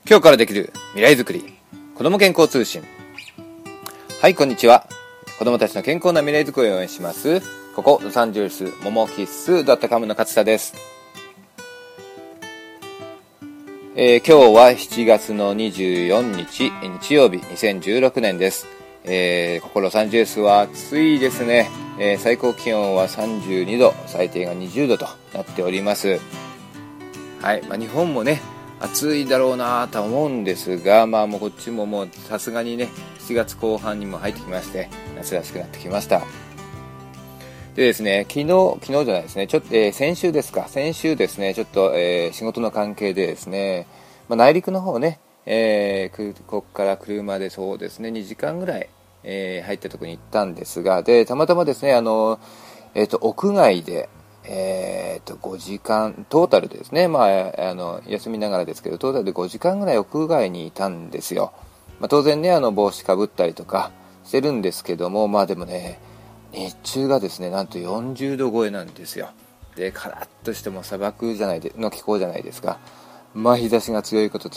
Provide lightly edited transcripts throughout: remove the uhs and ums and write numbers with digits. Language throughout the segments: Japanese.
今日からできる未来づくり子ども健康通信。はい、こんにちは。子どもたちの健康な未来づくりを応援します。ここロサンゼルスモモキッス.comの勝田です。今日は7月の24日日曜日2016年です。ここロサンゼルスは暑いですね。最高気温は32度、最低が20度となっております。はい、日本もね暑いだろうなと思うんですが、もうこっちももうさすがにね7月後半にも入ってきまして夏らしくなってきました。でですね、昨日じゃないですね、ちょっと、先週ですね、ちょっと、仕事の関係でですね、内陸の方ね、ここから車でそうですね2時間ぐらい、入ったところに行ったんですが、でたまたまですね屋外で5時間トータルでですね、休みながらですけどトータルで5時間ぐらい屋外にいたんですよ。当然ね帽子かぶったりとかしてるんですけども、でもね日中がですねなんと40度超えなんですよ。でカラッとしても砂漠の気候じゃないですか。日差しが強いこと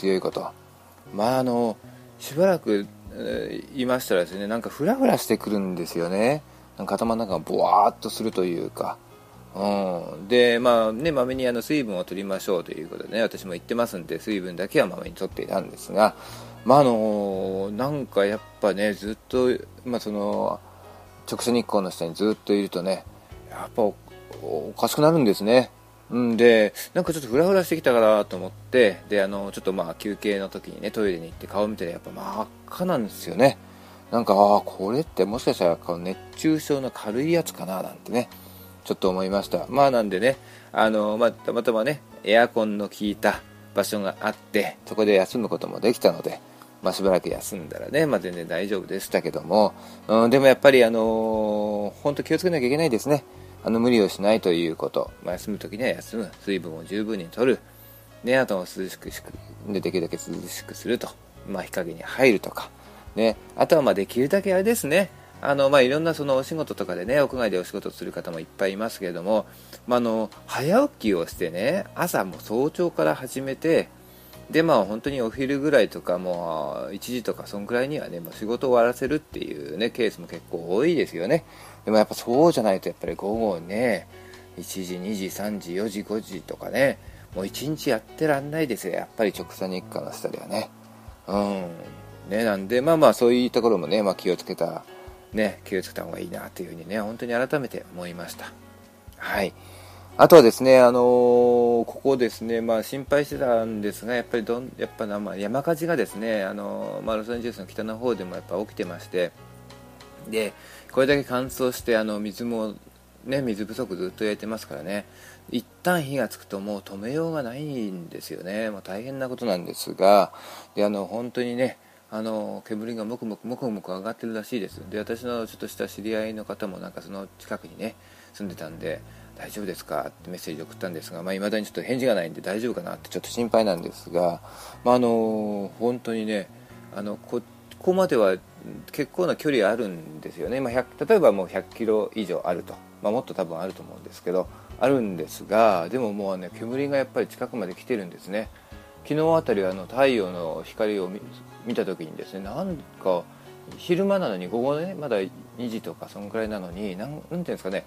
しばらく、いましたらですねなんかフラフラしてくるんですよね。なんか頭の中がボワーっとするというか、でまめに水分を取りましょうということでね私も言ってますんで水分だけはまめに取っていたんですが、なんかやっぱねずっと、その直射日光の下にずっといるとねやっぱ おかしくなるんですね。でなんかちょっとフラフラしてきたかなと思って、でちょっと休憩の時にねトイレに行って顔を見てやっぱ真っ赤なんですよね。なんかこれってもしかしたら熱中症の軽いやつかななんてねちょっと思いました。なんでねたまたまねエアコンの効いた場所があってそこで休むこともできたので、しばらく休んだらね、全然大丈夫でしたけども、でもやっぱり本当気をつけなきゃいけないですね。無理をしないということ、休むときには休む、水分を十分に取る、ね、あとは涼しくできるだけ涼しくすると、日陰に入るとか、ね、あとはできるだけあれですね、いろんなそのお仕事とかでね屋外でお仕事する方もいっぱいいますけれども、早起きをしてね朝も早朝から始めて、で本当にお昼ぐらいとかもう1時とかそんくらいにはね仕事を終わらせるっていうねケースも結構多いですよね。でもやっぱそうじゃないとやっぱり午後ね1時2時3時4時5時とかねもう1日やってらんないですよ、やっぱり直射日光の下ではね。なんでそういうところもね、気をつけた方がいいなというふうにね本当に改めて思いました。はい。あとはですね、ここですね、心配してたんですが、やっぱ山火事がですね、ロサンゼルスの北の方でもやっぱ起きてまして、で、これだけ乾燥して、水もね、水不足ずっとやってますからね、一旦火がつくともう止めようがないんですよね。もう大変なことなんですが、で、本当にね、煙がもくもく上がってるらしいです。で、私のちょっとした知り合いの方もなんかその近くにね住んでたんで大丈夫ですかってメッセージを送ったんですが、未だにちょっと返事がないんで大丈夫かなってちょっと心配なんですが、本当にねここまでは結構な距離あるんですよね。例えばもう100キロ以上あると、もっと多分あると思うんですけどあるんですが、でももうね煙がやっぱり近くまで来てるんですね。昨日あたり太陽の光を見た時にですね、なんか昼間なのに午後ねまだ2時とかそんくらいなのになんていうんですかね、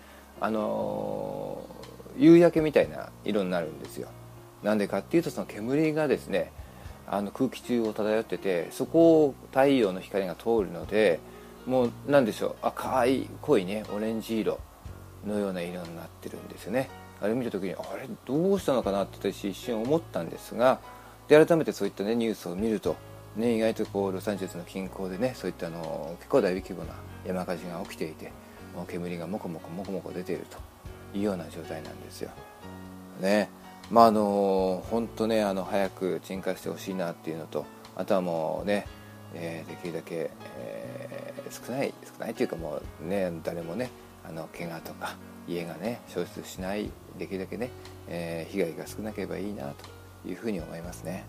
夕焼けみたいな色になるんですよ。なんでかっていうとその煙がですね空気中を漂ってて、そこを太陽の光が通るのでもうなんでしょう、赤い濃いねオレンジ色のような色になってるんですよね。あれ見た時にあれどうしたのかなって私一瞬思ったんですが、で改めてそういったねニュースを見るとね、意外とロサンゼルスの近郊でねそういった結構大規模な山火事が起きていて、もう煙がもこもこ出ているというような状態なんですよね。本当ね早く鎮火してほしいなっていうのと、あとはもうね、できるだけ、少ないというかもうね誰もね怪我とか家がね消失しない、できるだけね、被害が少なければいいなというふうに思いますね。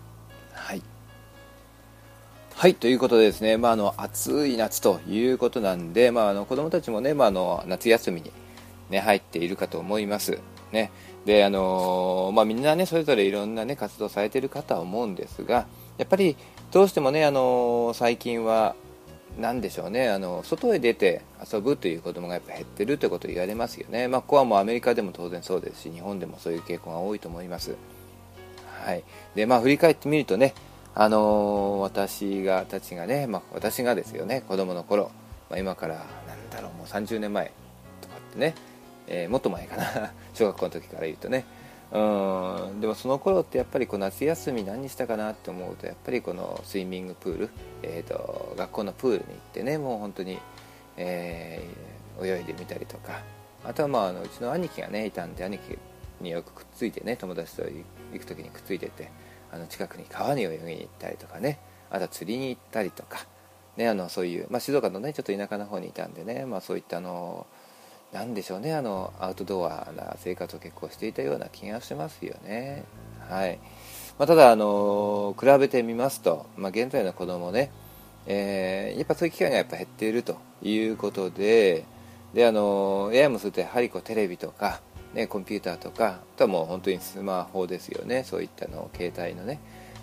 はい、ということでですね、暑い夏ということなんで、子どもたちもね、夏休みに、ね、入っているかと思います。 ね。でみんなねそれぞれいろんなね活動されているかとは思うんですが、やっぱりどうしてもね最近はなんでしょうね、外へ出て遊ぶという子供がやっぱ減ってるということを言われますよね。ここはもうアメリカでも当然そうですし、日本でもそういう傾向が多いと思います。はい。で振り返ってみるとね、私たちがね、私がですよね、子供の頃、今からなんだろうもう30年前とかってね、もっと前かな小学校の時から言うとね、でもその頃ってやっぱり夏休み何したかなって思うと、やっぱりこのスイミングプール、学校のプールに行ってね、もう本当に、泳いでみたりとか、あとはうちの兄貴がねいたんで、兄貴によくくっついてね、友達と行く時にくっついてて、近くに川に泳ぎに行ったりとかね、あとは釣りに行ったりとかね、そういう、静岡のねちょっと田舎の方にいたんでね、そういったなんでしょうね、アウトドアな生活を結構していたような気がしますよね。はい。ただ比べてみますと、現在の子供ね、やっぱそういう機会がやっぱ減っているということで、ややもするとやはりテレビとか、ね、コンピューターとか、あとはもう本当にスマホですよね。そういった携帯のね、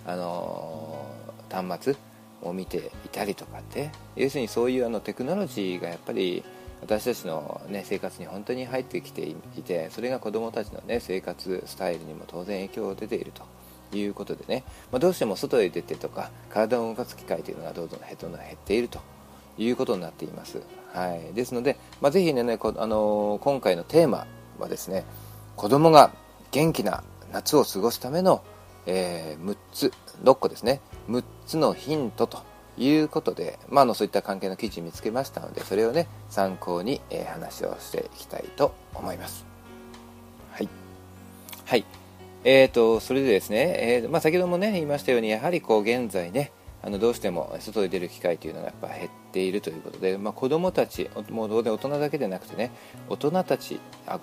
端末を見ていたりとかって、要するにそういうテクノロジーがやっぱり私たちの、生活に本当に入ってきていて、それが子どもたちの、生活スタイルにも当然影響が出ているということでね、どうしても外へ出てとか体を動かす機会というのがどんどん減っているということになっています。はい、ですので、ぜひね、今回のテーマはですね、子どもが元気な夏を過ごすための、6個ですね、6つのヒントということで、そういった関係の記事を見つけましたので、それをね参考に、話をしていきたいと思います。はい、はい。それでですね、先ほどもね言いましたように、やはり現在ねどうしても外に出る機会というのがやっぱ減っているということで、子どもたち、もう当然大人だけでなくてね、大人だけじゃ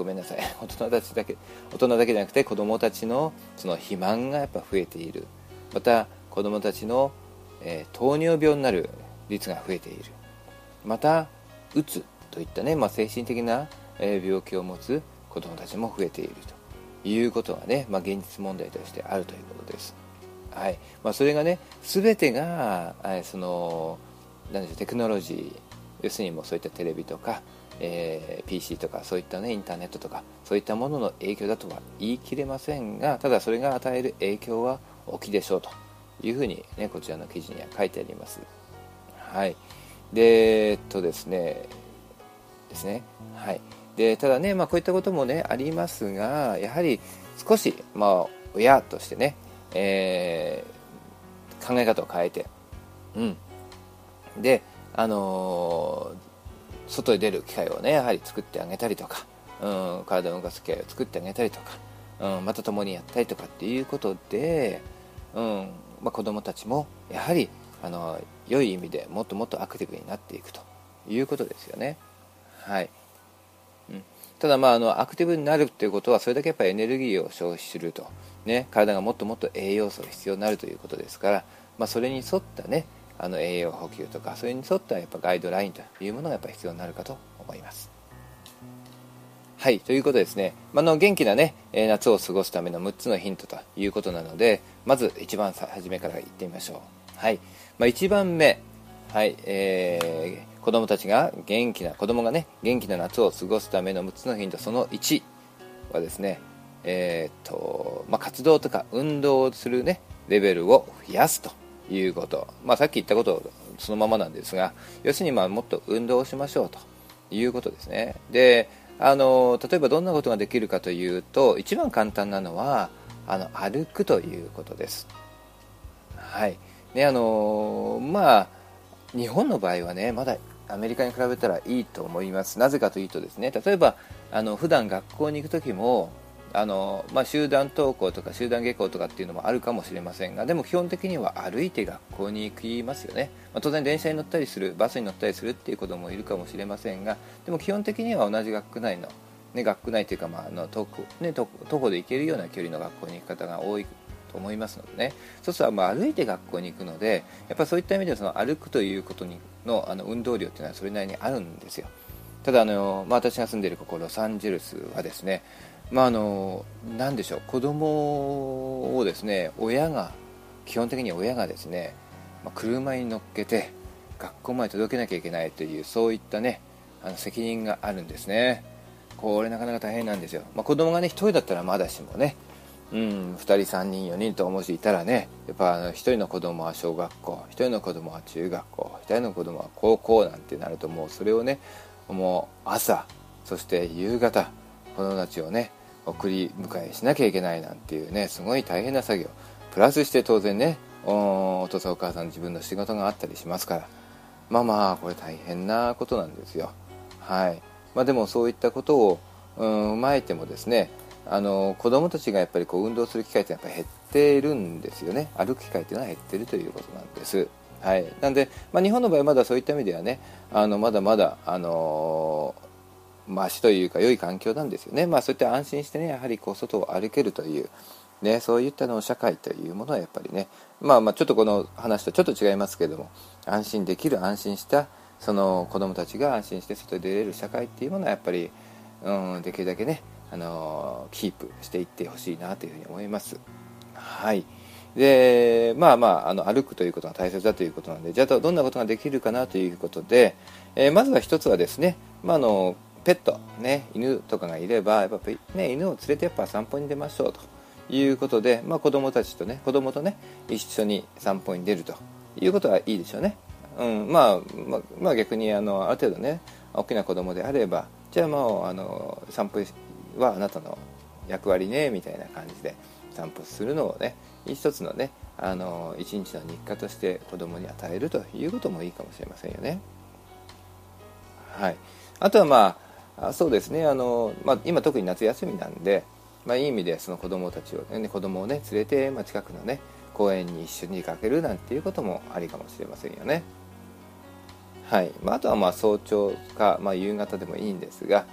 なくて子どもたちのその肥満がやっぱ増えている。また子どもたちの糖尿病になる率が増えている。またうつといったね、精神的な病気を持つ子どもたちも増えているということがね、現実問題としてあるということです。はい。それがね全てがなんでしょう、テクノロジー、要するにもうそういったテレビとか、PC とかそういったねインターネットとかそういったものの影響だとは言い切れませんが、ただそれが与える影響は大きいでしょうというふうにねこちらの記事には書いてあります。はい。でですねはい。でただね、こういったこともねありますが、やはり少し親としてね、考え方を変えて、で外へ出る機会をねやはり作ってあげたりとか、体を動かす機会を作ってあげたりとか、また共にやったりとかっていうことで、子どもたちもやはり良い意味でもっともっとアクティブになっていくということですよね。はい。ただアクティブになるっていうことは、それだけやっぱりエネルギーを消費すると、ね、体がもっともっと栄養素が必要になるということですから、それに沿ったね栄養補給とか、それに沿ったやっぱガイドラインというものがやっぱ必要になるかと思います。はい、ということですね、元気なね夏を過ごすための6つのヒントということなので、まず一番初めから言ってみましょう。はい。1番目、はい、子供がね元気な夏を過ごすための6つのヒント、その1はですね、活動とか運動をするねレベルを増やすということ。さっき言ったことそのままなんですが、要するにもっと運動をしましょうということですね。で例えばどんなことができるかというと、一番簡単なのは歩くということです。はい。で日本の場合はねまだアメリカに比べたらいいと思います。なぜかというとですね、例えば普段学校に行く時も集団登校とか集団下校とかっていうのもあるかもしれませんが、でも基本的には歩いて学校に行きますよね。当然電車に乗ったりする、バスに乗ったりするっていう子もいるかもしれませんが、でも基本的には同じ学区内の、学区内というか徒歩で行けるような距離の学校に行く方が多いと思いますのでね、そうすると歩いて学校に行くので、やっぱりそういった意味でその歩くということの運動量っていうのはそれなりにあるんですよ。ただ私が住んでいるここロサンゼルスはですね、 何でしょう、子供をですね、基本的に親がですね、車に乗っけて学校まで届けなきゃいけないという、そういったね、責任があるんですね。これなかなか大変なんですよ。子供がね、1人だったらまだしもね、2人3人4人ともしいたらね、やっぱ1人の子供は小学校、1人の子供は中学校、1人の子供は高校なんてなると、もうそれをね、もう朝、そして夕方、子供たちをね、送り迎えしなきゃいけないなんていうね、すごい大変な作業、プラスして当然ね、お父さんお母さん自分の仕事があったりしますから、これ大変なことなんですよ。はい。でもそういったことを踏まえてもですね、子どもたちがやっぱり運動する機会ってやっぱり減っているんですよね。歩く機会っていうのは減っているということなんです。はい。なんで、日本の場合はまだそういった意味ではね、まだまだマシというか良い環境なんですよね。そういった安心してね、やはり外を歩けるというね、そういった社会というものはやっぱりね、ちょっとこの話とちょっと違いますけれども、安心できる、安心したその子どもたちが安心して外に出れる社会っていうものはやっぱり、できるだけね、キープしていってほしいなというふうに思います。はい。で、歩くということが大切だということなので、じゃあどんなことができるかなということで、まずは一つはですね、ペット、ね、犬とかがいれば、やっぱね、犬を連れてやっぱ散歩に出ましょうということで、子供とね、一緒に散歩に出るということはいいでしょうね。逆にある程度ね、大きな子供であれば、じゃあ散歩はあなたの役割ねみたいな感じで散歩するのをね、一つのね、一日の日課として子供に与えるということもいいかもしれませんよね。はい。あとはそうですね、今特に夏休みなんで、いい意味でその子供をね連れて、近くのね公園に一緒に出かけるなんていうこともありかもしれませんよね。はい。あとは早朝か、夕方でもいいんですが、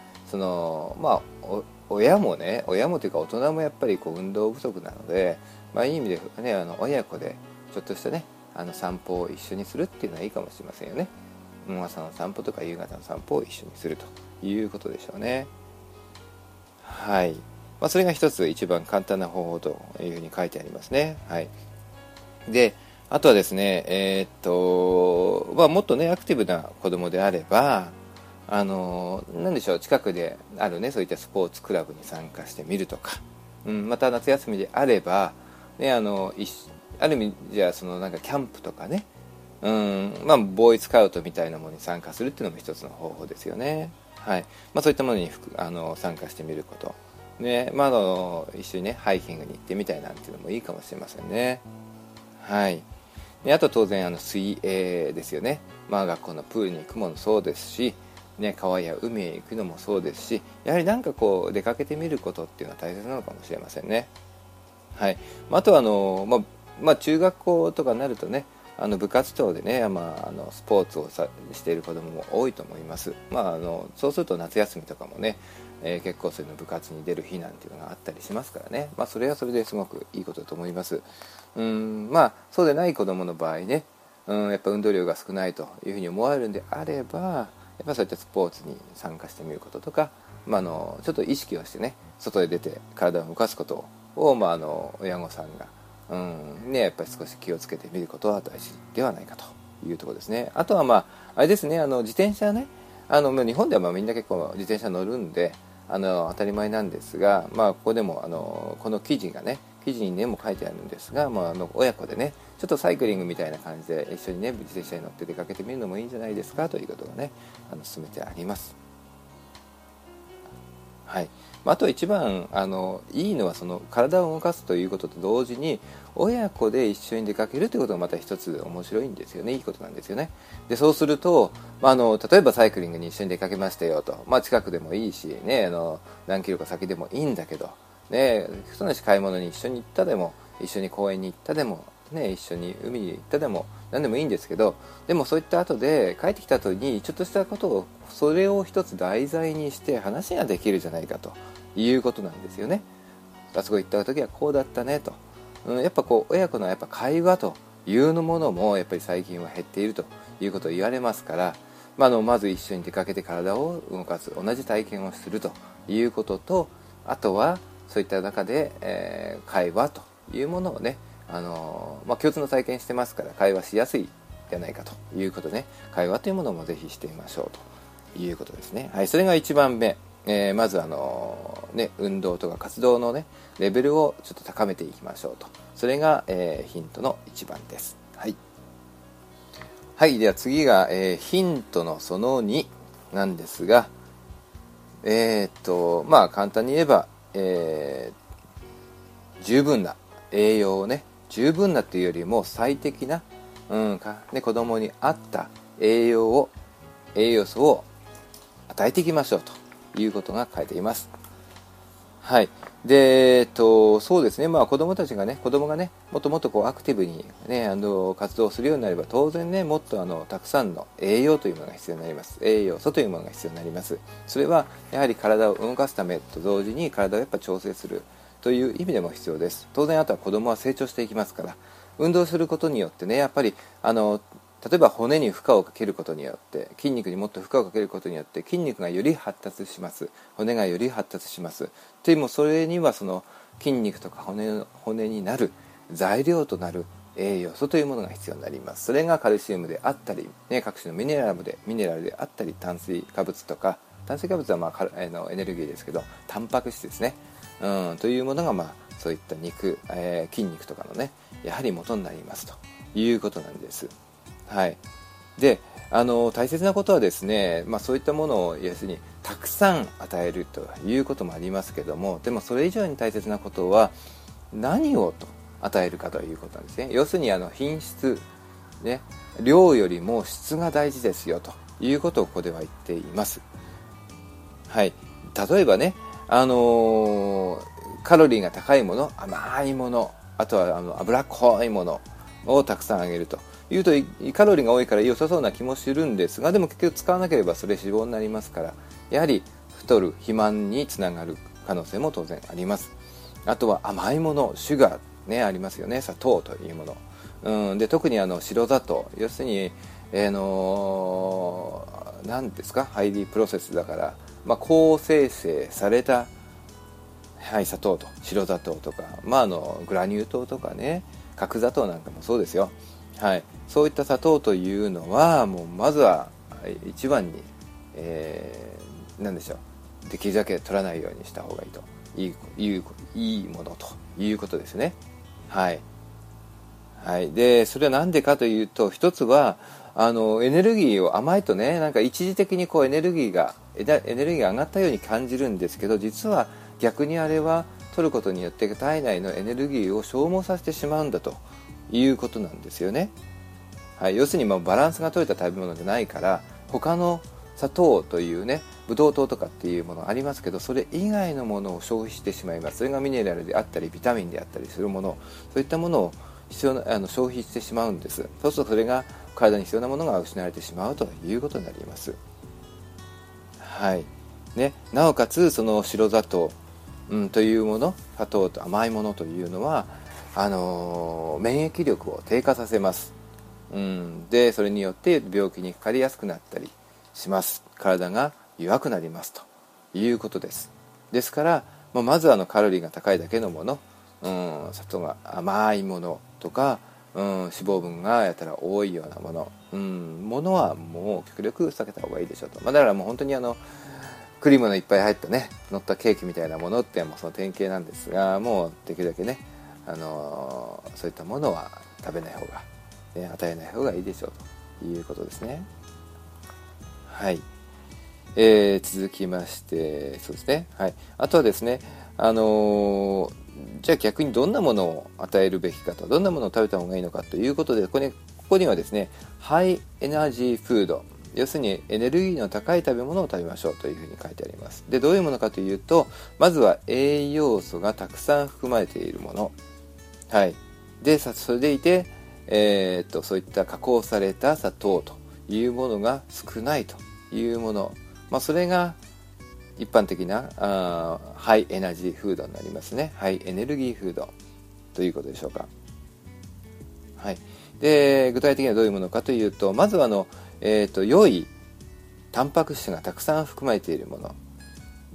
親もというか大人もやっぱり運動不足なので、いい意味でね、親子でちょっとしたね散歩を一緒にするっていうのはいいかもしれませんよね。朝の散歩とか夕方の散歩を一緒にするということでしょうね。はい。それが一つ一番簡単な方法というふうに書いてありますね。はい。で、あとはですね、もっとねアクティブな子供であれば、なんでしょう、近くであるねそういったスポーツクラブに参加してみるとか、また夏休みであればね、ある意味じゃあなんかキャンプとかね、ボーイスカウトみたいなものに参加するっていうのも一つの方法ですよね。はい。そういったものに参加してみることね、一緒にねハイキングに行ってみたいなんていうのもいいかもしれませんね。はい。で、あと当然水泳ですよね。学校のプールに行くものそうですし、ね、川や海へ行くのもそうですし、やはりなんか出かけてみることっていうのは大切なのかもしれませんね。はい。あとは中学校とかになるとね、部活動でね、スポーツをしている子どもも多いと思います。そうすると夏休みとかもね、結構そういうの部活に出る日なんていうのがあったりしますからね、それはそれですごくいいことだと思います。そうでない子どもの場合ね、やっぱ運動量が少ないというふうに思われるんであれば、やっぱそういったスポーツに参加してみることとか、ちょっと意識をしてね、外へ出て体を動かすことを、親御さんがやっぱり少し気をつけてみることは大事ではないかというところですね。あとはあれですね、自転車ね、日本ではみんな結構自転車乗るんで当たり前なんですが、ここでもこの記事にねも書いてあるんですが、親子でねちょっとサイクリングみたいな感じで一緒にね自転車に乗って出かけてみるのもいいんじゃないですかということがね進めてあります。はい。あと一番いいのは体を動かすということと同時に親子で一緒に出かけるということがまた一つ面白いんですよね。いいことなんですよね。でそうすると、例えばサイクリングに一緒に出かけましたよと、近くでもいいしね、何キロか先でもいいんだけどね、その買い物に一緒に行ったでも一緒に公園に行ったでもね、一緒に海に行ったでも何でもいいんですけど、でもそういった後で帰ってきた後にちょっとしたことをそれを一つ題材にして話ができるじゃないかということなんですよね。あそこ行った時はこうだったねと、やっぱ親子のやっぱ会話というのものもやっぱり最近は減っているということを言われますから、まず一緒に出かけて体を動かす同じ体験をするということと、 あとはそういった中で、会話というものをね、共通の体験してますから会話しやすいじゃないかということでね、会話というものもぜひしてみましょうということですね。はい、それが1番目。まず運動とか活動のねレベルをちょっと高めていきましょうと。それが、ヒントの1番です。はい、はい、では次が、ヒントのその2なんですが、簡単に言えば、十分な栄養をね、十分なっていうよりも最適な、子供に合った栄養素を与えていきましょうということが書いています。はい。で、そうですね、子供がね、もっともっとアクティブにね、活動するようになれば、当然ね、もっとたくさんの栄養というものが必要になります。栄養素というものが必要になります。それは、やはり体を動かすためと同時に、体をやっぱ調整するという意味でも必要です。当然、あとは子供は成長していきますから、運動することによってね、やっぱり、例えば骨に負荷をかけることによって筋肉にもっと負荷をかけることによって筋肉がより発達します。骨がより発達します。でもそれにはその筋肉とか骨になる材料となる栄養素というものが必要になります。それがカルシウムであったり、各種のミネラルであったり、炭水化物はエネルギーですけど、タンパク質ですね、というものがそういった筋肉とかのねやはり元になりますということなんです。はい、で大切なことはですね、そういったものを要するにたくさん与えるということもありますけども、でもそれ以上に大切なことは何をと与えるかということなんですね。要するに品質、ね、量よりも質が大事ですよということをここでは言っています。はい、例えばね、カロリーが高いもの、甘いもの、あとは脂っこいものをたくさんあげるというとカロリーが多いから良さそうな気もするんですが、でも結局使わなければそれ脂肪になりますから、やはり太る肥満につながる可能性も当然あります。あとは甘いもの、シュガー、ね、ありますよね、砂糖というもの、で特に白砂糖、要するに何ですか、ハイリープロセスだから、高生成された、砂糖と白砂糖とか、グラニュー糖とかね、角砂糖なんかもそうですよ。はい、そういった砂糖というのはもうまずは一番に、何でしょう、できるだけ取らないようにした方がいいといいものということですね。はい、はい、でそれは何でかというと、一つはエネルギーを甘いとね、なんか一時的にエネルギーが上がったように感じるんですけど、実は逆にあれは取ることによって体内のエネルギーを消耗させてしまうんだということなんですよね。はい、要するにバランスが取れた食べ物じゃないから、他の砂糖というね、ブドウ糖とかっていうものありますけど、それ以外のものを消費してしまいます。それがミネラルであったりビタミンであったりするもの、そういったものを消費してしまうんです。そうするとそれが体に必要なものが失われてしまうということになります。はいね、なおかつその白砂糖、というもの、砂糖と甘いものというのは免疫力を低下させます。でそれによって病気にかかりやすくなったりします。体が弱くなりますということです。ですからまずカロリーが高いだけのもの、砂糖が甘いものとか、脂肪分がやたら多いようなもの、ものはもう極力避けた方がいいでしょうと。だからもう本当にクリームのいっぱい入ったね、乗ったケーキみたいなものってもうその典型なんですが、もうできるだけね、そういったものは食べない方が、与えない方がいいでしょうということですね。はい、続きましてそうですね、はい、あとはですね、じゃあ逆にどんなものを与えるべきかと、どんなものを食べた方がいいのかということで、ここにはですね、ハイエナジーフード、要するにエネルギーの高い食べ物を食べましょうというふうに書いてあります。でどういうものかというと、まずは栄養素がたくさん含まれているもの、はい、でそれでいて、そういった加工された砂糖というものが少ないというもの、それが一般的なハイエナジーフードになりますね。ハイエネルギーフードということでしょうか。はい、で具体的にはどういうものかというと、まずは良いタンパク質がたくさん含まれているもの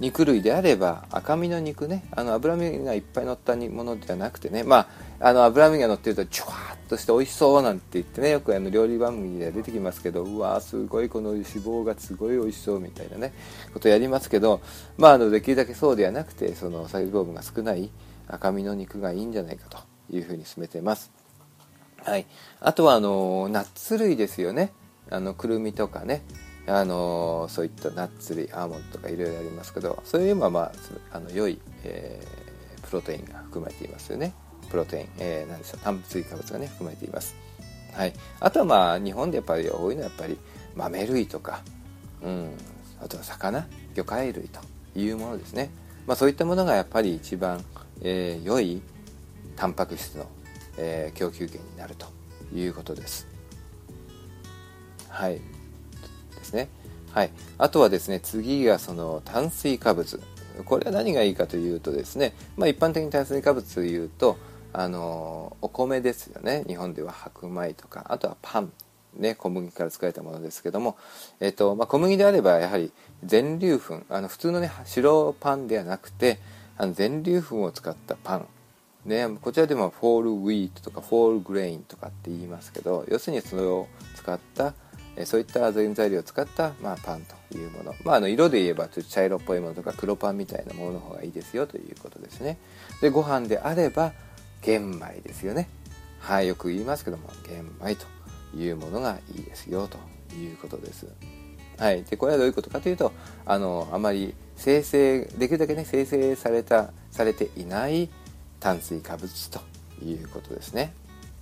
肉類であれば赤身の肉ね、脂身がいっぱい乗ったものではなくてね、脂身が乗ってるとチュワーッとして美味しそうなんて言ってね、よく料理番組で出てきますけど、うわーすごいこの脂肪がすごい美味しそうみたいなねことやりますけど、できるだけそうではなくて、その細胞分が少ない赤身の肉がいいんじゃないかというふうに勧めています。はい、あとはナッツ類ですよね。くるみとかね、そういったナッツ類、アーモンドとかいろいろありますけど、そういうのは良い、プロテインが含まれていますよね。プロテイン、何でしょう、炭水化物がね含まれています。はい、あとは日本でやっぱり多いのはやっぱり豆類とか、あとは魚、魚介類というものですね。そういったものがやっぱり一番、良いタンパク質の、供給源になるということです。はいですね。はい、あとはですね、次がその炭水化物。これは何がいいかというとですね、一般的に炭水化物というとお米ですよね。日本では白米とか、あとはパンね、小麦から作られたものですけども、小麦であればやはり全粒粉、普通のね白パンではなくて全粒粉を使ったパンね、こちらでもフォールウィートとかフォールグレインとかって言いますけど、要するにそれを使ったそういった原材料を使った、パンというもの、色で言えばちょっと茶色っぽいものとか黒パンみたいなものの方がいいですよということですね。で、ご飯であれば玄米ですよね。はい、よく言いますけども玄米というものがいいですよということです。はい、でこれはどういうことかというと、あまり生成できるだけね生成されていない炭水化物ということですね。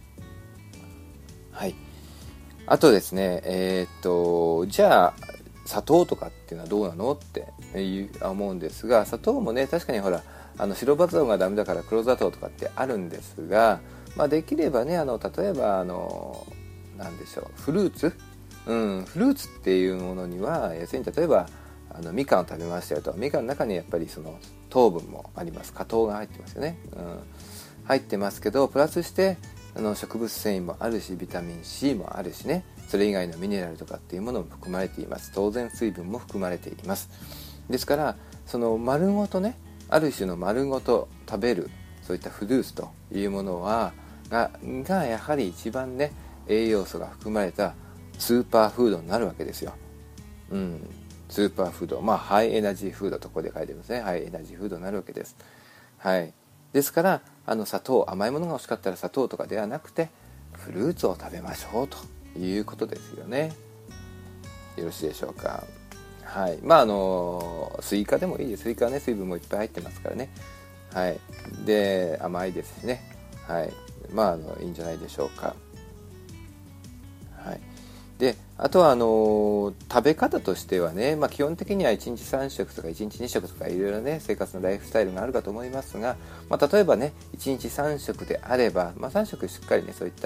はい。あとですね、じゃあ砂糖とかっていうのはどうなのって思うんですが、砂糖もね確かにほら白砂糖がダメだから黒砂糖とかってあるんですが、できればね例えばなんでしょう、フルーツっていうものには要するに例えばみかんを食べましたよと、みかんの中にやっぱりその糖分もあります。果糖が入ってますよね。入ってますけど、プラスして植物繊維もあるしビタミン C もあるしね、それ以外のミネラルとかっていうものも含まれています。当然水分も含まれています。ですからその丸ごとね、ある種の丸ごと食べるそういったフルーツというものはがやはり一番ね栄養素が含まれたスーパーフードになるわけですよ。スーパーフード、ハイエナジーフードとここで書いてますね。ハイエナジーフードになるわけです。はい。ですから砂糖、甘いものが欲しかったら砂糖とかではなくてフルーツを食べましょうということですよね。よろしいでしょうか。はい。スイカでもいいです。スイカはね水分もいっぱい入ってますからね。はい。で甘いですしね。はい。いいんじゃないでしょうか。はい。であとは食べ方としてはね、基本的には1日3食とか1日2食とかいろいろね生活のライフスタイルがあるかと思いますが、例えばね1日3食であれば、3食しっかりねそういった、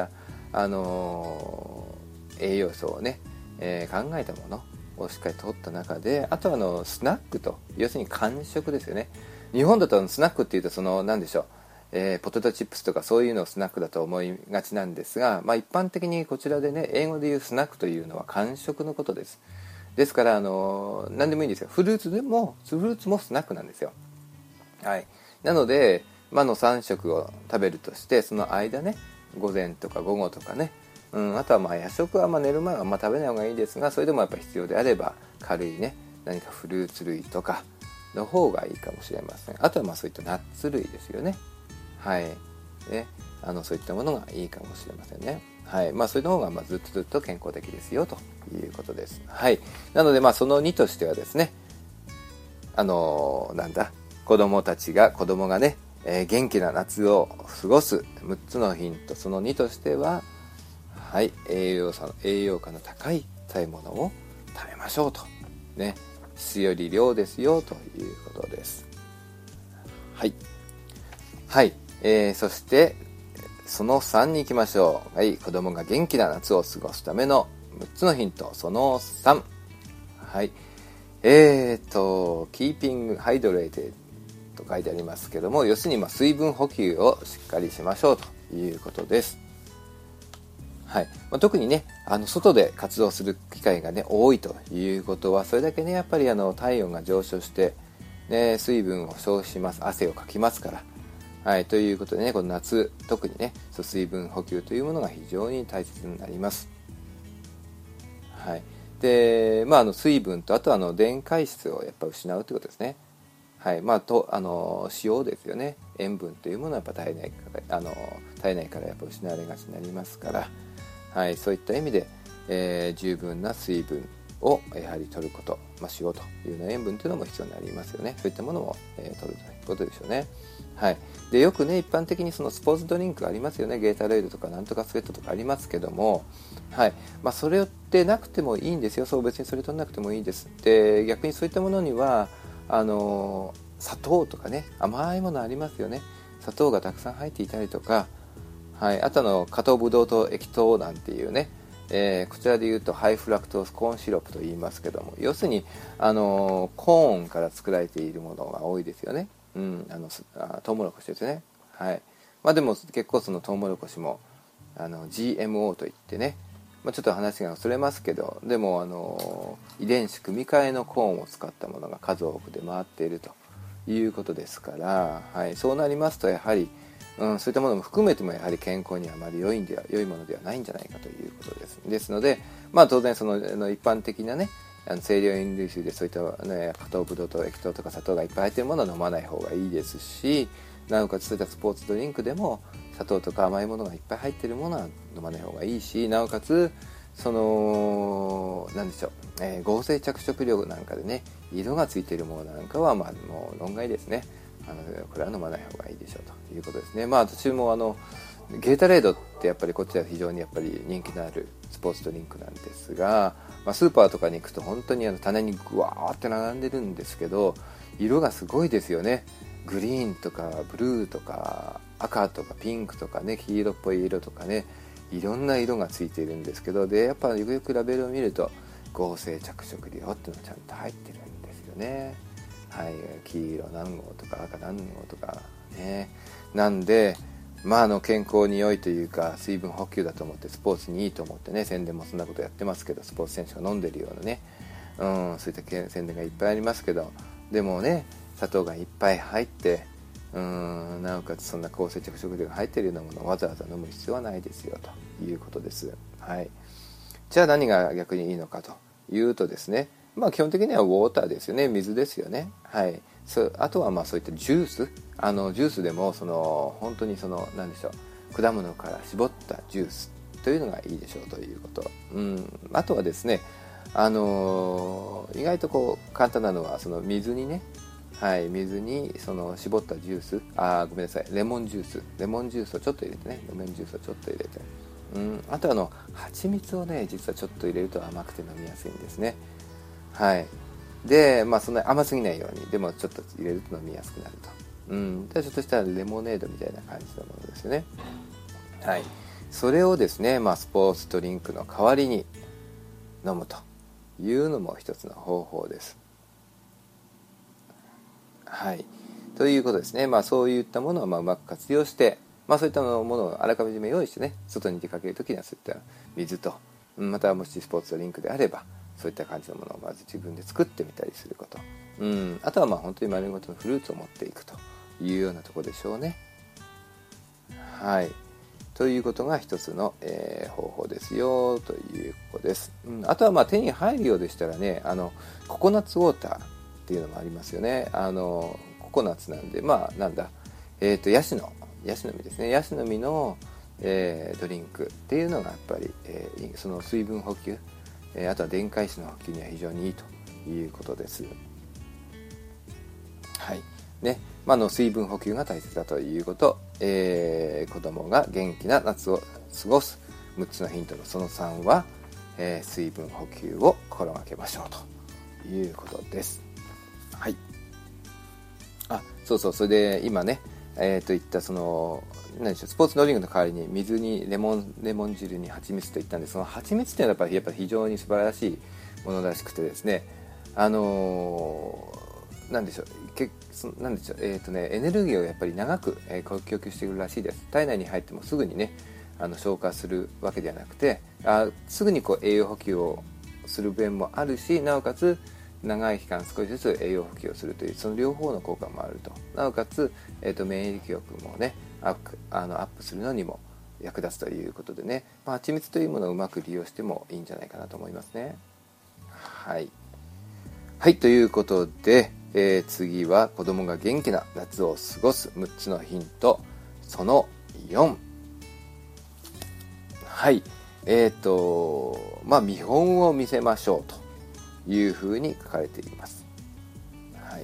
栄養素をね、考えたものをしっかりとった中で、あとはスナックと要するに間食ですよね。日本だとスナックっていうと何でしょう、ポテトチップスとかそういうのをスナックだと思いがちなんですが、一般的にこちらでね英語で言うスナックというのは間食のことです。ですから何でもいいんですよ。フルーツもスナックなんですよ。はい。なので3食を食べるとして、その間ね午前とか午後とかね、あとは夜食は寝る前は食べない方がいいですが、それでもやっぱ必要であれば軽いね何かフルーツ類とかの方がいいかもしれません。あとはそういったナッツ類ですよね。はいね、そういったものがいいかもしれませんね。はい。それの方がずっと健康的ですよということです。はい。なのでその2としてはですね、子供がね、元気な夏を過ごす6つのヒント、その2としては、はい、栄養価の高い食べ物を食べましょうとね、質より量ですよということです。はい。はい。そしてその3に行きましょう。はい、子供が元気な夏を過ごすための6つのヒント、その3。はい。keeping hydrated と書いてありますけども、要するに水分補給をしっかりしましょうということです。はい。特にね外で活動する機会がね多いということは、それだけねやっぱり体温が上昇して水分を消費します。汗をかきますから。はい、ということでね、この夏特にね、水分補給というものが非常に大切になります。はい、で、水分とあと電解質をやっぱ失うということですね。はい、塩ですよね。塩分というものはやっぱ体内からやっぱ失われがちになりますから、はい、そういった意味で、十分な水分をやはり取ること、塩というような塩分というのも必要になりますよね。そういったものも、取るということでしょうね。はい、でよくね一般的にそのスポーツドリンクありますよね。ゲータレードとかなんとかスウェットとかありますけども、はい、それってなくてもいいんですよ。別にそれ取らなくてもいいです。で逆にそういったものには砂糖とかね、甘いものありますよね。砂糖がたくさん入っていたりとか、はい、あと果糖ブドウ糖液糖なんていうね、こちらでいうとハイフラクトースコーンシロップと言いますけども、要するにコーンから作られているものが多いですよね。トウモロコシですね。はい、でも結構そのトウモロコシもGMO といってね、ちょっと話がそれますけど、でも遺伝子組み換えのコーンを使ったものが数多く出回っているということですから、はい、そうなりますとやはり、そういったものも含めてもやはり健康にはあまり良いものではないんじゃないかということです。ですので、当然その一般的なね清涼飲料水でそういった、果糖ブドウ糖液糖とか砂糖がいっぱい入っているものは飲まない方がいいですし、なおかつそういったスポーツドリンクでも砂糖とか甘いものがいっぱい入っているものは飲まない方がいいし、なおかつ何でしょう、合成着色料なんかでね色がついているものなんかはもう論外ですね。これは飲まない方がいいでしょうということですね。私もゲータレードってやっぱりこっちは非常にやっぱり人気のあるスポーツドリンクなんですが、スーパーとかに行くと本当に棚にグワーって並んでるんですけど、色がすごいですよね。グリーンとかブルーとか赤とかピンクとかね、黄色っぽい色とかね、いろんな色がついているんですけど、でやっぱよくよくラベルを見ると合成着色料っていうのがちゃんと入ってるんですよね。はい、黄色何号とか赤何号とかね。なんで健康に良いというか水分補給だと思ってスポーツにいいと思ってね、宣伝もそんなことやってますけど、スポーツ選手が飲んでるようなね、そういった宣伝がいっぱいありますけど、でもね砂糖がいっぱい入ってなおかつそんな合成着色料が入っているようなものをわざわざ飲む必要はないですよということです。はい、じゃあ何が逆にいいのかというとですね、基本的にはウォーターですよね。水ですよね。はい、あとはそういったジュース、ジュースでも本当に何でしょう、果物から絞ったジュースというのがいいでしょうということ。あとはですね、意外と簡単なのは水にね、はい、水に絞ったジュース、ごめんなさい、レモンジュースをちょっと入れてね、レモンジュースをちょっと入れて、あと蜂蜜をね実はちょっと入れると甘くて飲みやすいんですね。はい、でそんなに甘すぎないように、でもちょっと入れると飲みやすくなると。でちょっとしたらレモネードみたいな感じのものですよね。はい、それをですね、スポーツドリンクの代わりに飲むというのも一つの方法です。はい、ということですね。そういったものをうまく活用して、そういったものをあらかじめ用意してね、外に出かけるときにはそういった水と、またもしスポーツドリンクであればそういった感じのものをまず自分で作ってみたりすること、あとは本当に丸ごとのフルーツを持っていくというようなところでしょうね。はい、ということが一つの、方法ですよということです。あとは手に入るようでしたらね、ココナッツウォーターっていうのもありますよね。ココナッツなんでヤシの実ですね。ヤシの実の、ドリンクっていうのがやっぱり、その水分補給、あとは電解質の補給には非常にいいということです。はいね、水分補給が大切だということ、子供が元気な夏を過ごす6つのヒントのその3は、水分補給を心がけましょうということです。はい、それで今ね、言った何でしょう、スポーツドリンクの代わりに水にレモン汁に蜂蜜と言ったんで、その蜂蜜っていうのはやっぱり非常に素晴らしいものらしくてですね、なんでしょう、エネルギーをやっぱり長く、供給してくるらしいです。体内に入ってもすぐにね消化するわけではなくて、すぐに栄養補給をする面もあるし、なおかつ、 長い期間少しずつ栄養補給をするという、その両方の効果もあると。なおかつ、免疫力もねアップするのにも役立つということでね、蜂蜜というものをうまく利用してもいいんじゃないかなと思いますね。はい、はい、ということで、次は子供が元気な夏を過ごす6つのヒントその4。はい、見本を見せましょうというふうに書かれています。はい、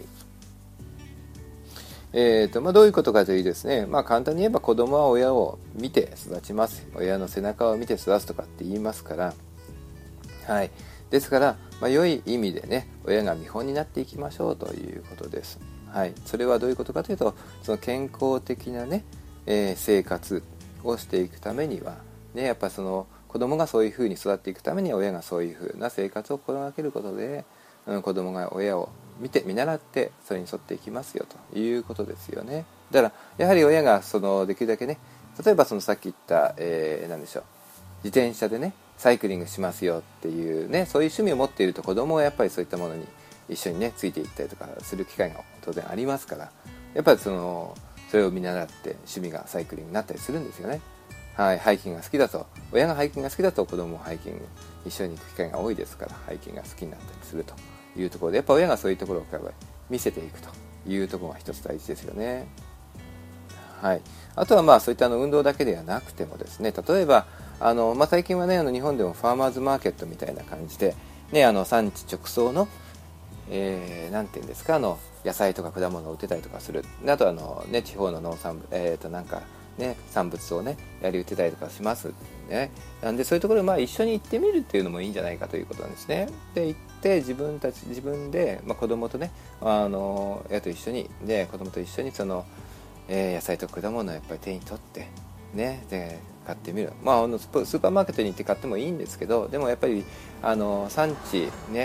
どういうことかというとですね、簡単に言えば子供は親を見て育ちます。親の背中を見て育つとかって言いますから、はい、ですから、良い意味でね親が見本になっていきましょうということです。はい、それはどういうことかというと、その健康的なね、生活をしていくためにはね、やっぱその子供がそういうふうに育っていくためには親がそういうふうな生活を心がけることで、子供が親を見習ってそれに沿っていきますよということですよね。だからやはり親ができるだけね、例えばさっき言った、何でしょう、自転車でねサイクリングしますよっていうね、そういう趣味を持っていると子供はやっぱりそういったものに一緒にねついていったりとかする機会が当然ありますから、やっぱりそれを見習って趣味がサイクリングになったりするんですよね。はい、ハイキングが好きだと、親がハイキングが好きだと子供もハイキング一緒に行く機会が多いですから、ハイキングが好きになったりするというところで、やっぱ親がそういうところを見せていくというところが一つ大事ですよね。はい、あとはそういった運動だけではなくてもですね、例えば最近はね日本でもファーマーズマーケットみたいな感じで、ね、産地直送の、なんていうんですか、野菜とか果物を売ってたりとかする。あと地方の農産物、産物をね売ってたりとかしますね。なんでそういうところ一緒に行ってみるっていうのもいいんじゃないかということなんですね。で行って自分で、子供とね親と一緒に子供と一緒に野菜と果物をやっぱり手に取ってね、で買ってみる。スーパーマーケットに行って買ってもいいんですけど、でもやっぱり産地ね、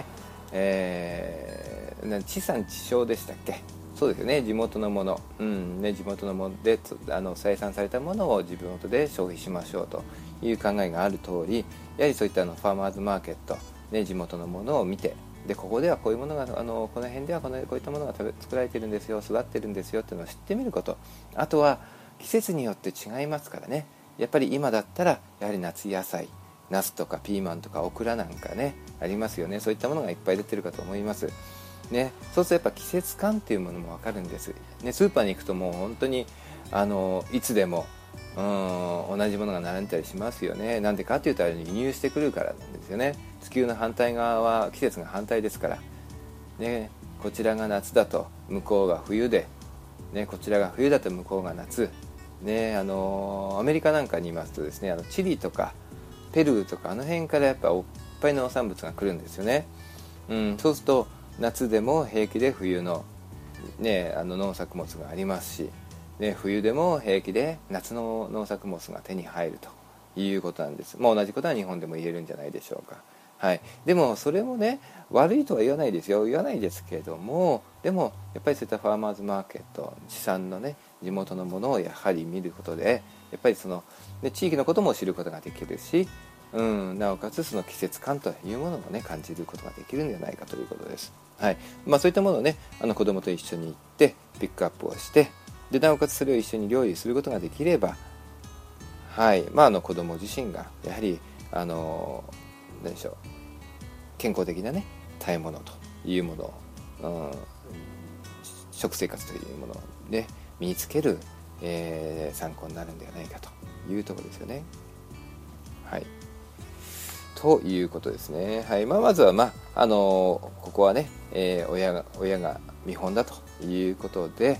地産地消でしたっけ、そうですよね、地元のもの、地元のもので生産されたものを自分で消費しましょうという考えがある通り、やはりそういったファーマーズマーケット、地元のものを見て、でここではこういうものがこの辺ではこういったものが作られてるんですよ、育ってるんですよっていうのを知ってみること。あとは季節によって違いますからね、やっぱり今だったらやはり夏野菜、ナスとかピーマンとかオクラなんかねありますよね。そういったものがいっぱい出てるかと思いますね。そうするとやっぱ季節感っていうものも分かるんです、ね。スーパーに行くともう本当にいつでも同じものが並んでたりしますよね。なんでかっていうと輸入してくるからなんですよね。地球の反対側は季節が反対ですから、ね、こちらが夏だと向こうが冬で、ね、こちらが冬だと向こうが夏、ね、アメリカなんかにいますとですね、チリとかペルーとか辺からやっぱいっぱい農産物が来るんですよね。そうすると夏でも平気で冬の、農作物がありますし、冬でも平気で夏の農作物が手に入るということなんです。同じことは日本でも言えるんじゃないでしょうか。はい、でもそれもね悪いとは言わないですよ、言わないですけども、でもやっぱりそういったファーマーズマーケット、地産のね地元のものをやはり見ることで、やっぱり地域のことも知ることができるし、なおかつその季節感というものもね感じることができるんじゃないかということです。はい、そういったものをね子供と一緒に行ってピックアップをして、でなおかつそれを一緒に料理することができれば、はい、子供自身がやはり何でしょう、健康的なね食べ物というものを、食生活というものをね身につける、参考になるんではないかというところですよね。はい、ということですね。はい、まずはここはね、親が見本だということで、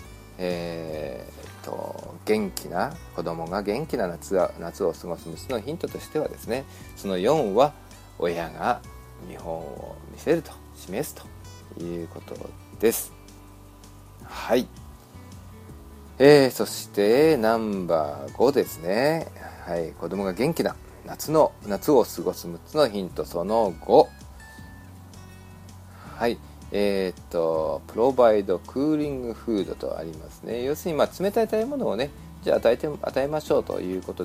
元気な子供が元気な夏を過ごす6つのヒントとしてはですね、その4は親が見本を見せると示すということです。はい、そしてナンバー5ですね。はい、子供が元気な夏を過ごす6つのヒントその5。はい、プロバイドクーリングフードとありますね。要するに冷たい食べ物をねじゃあ与えましょうということです。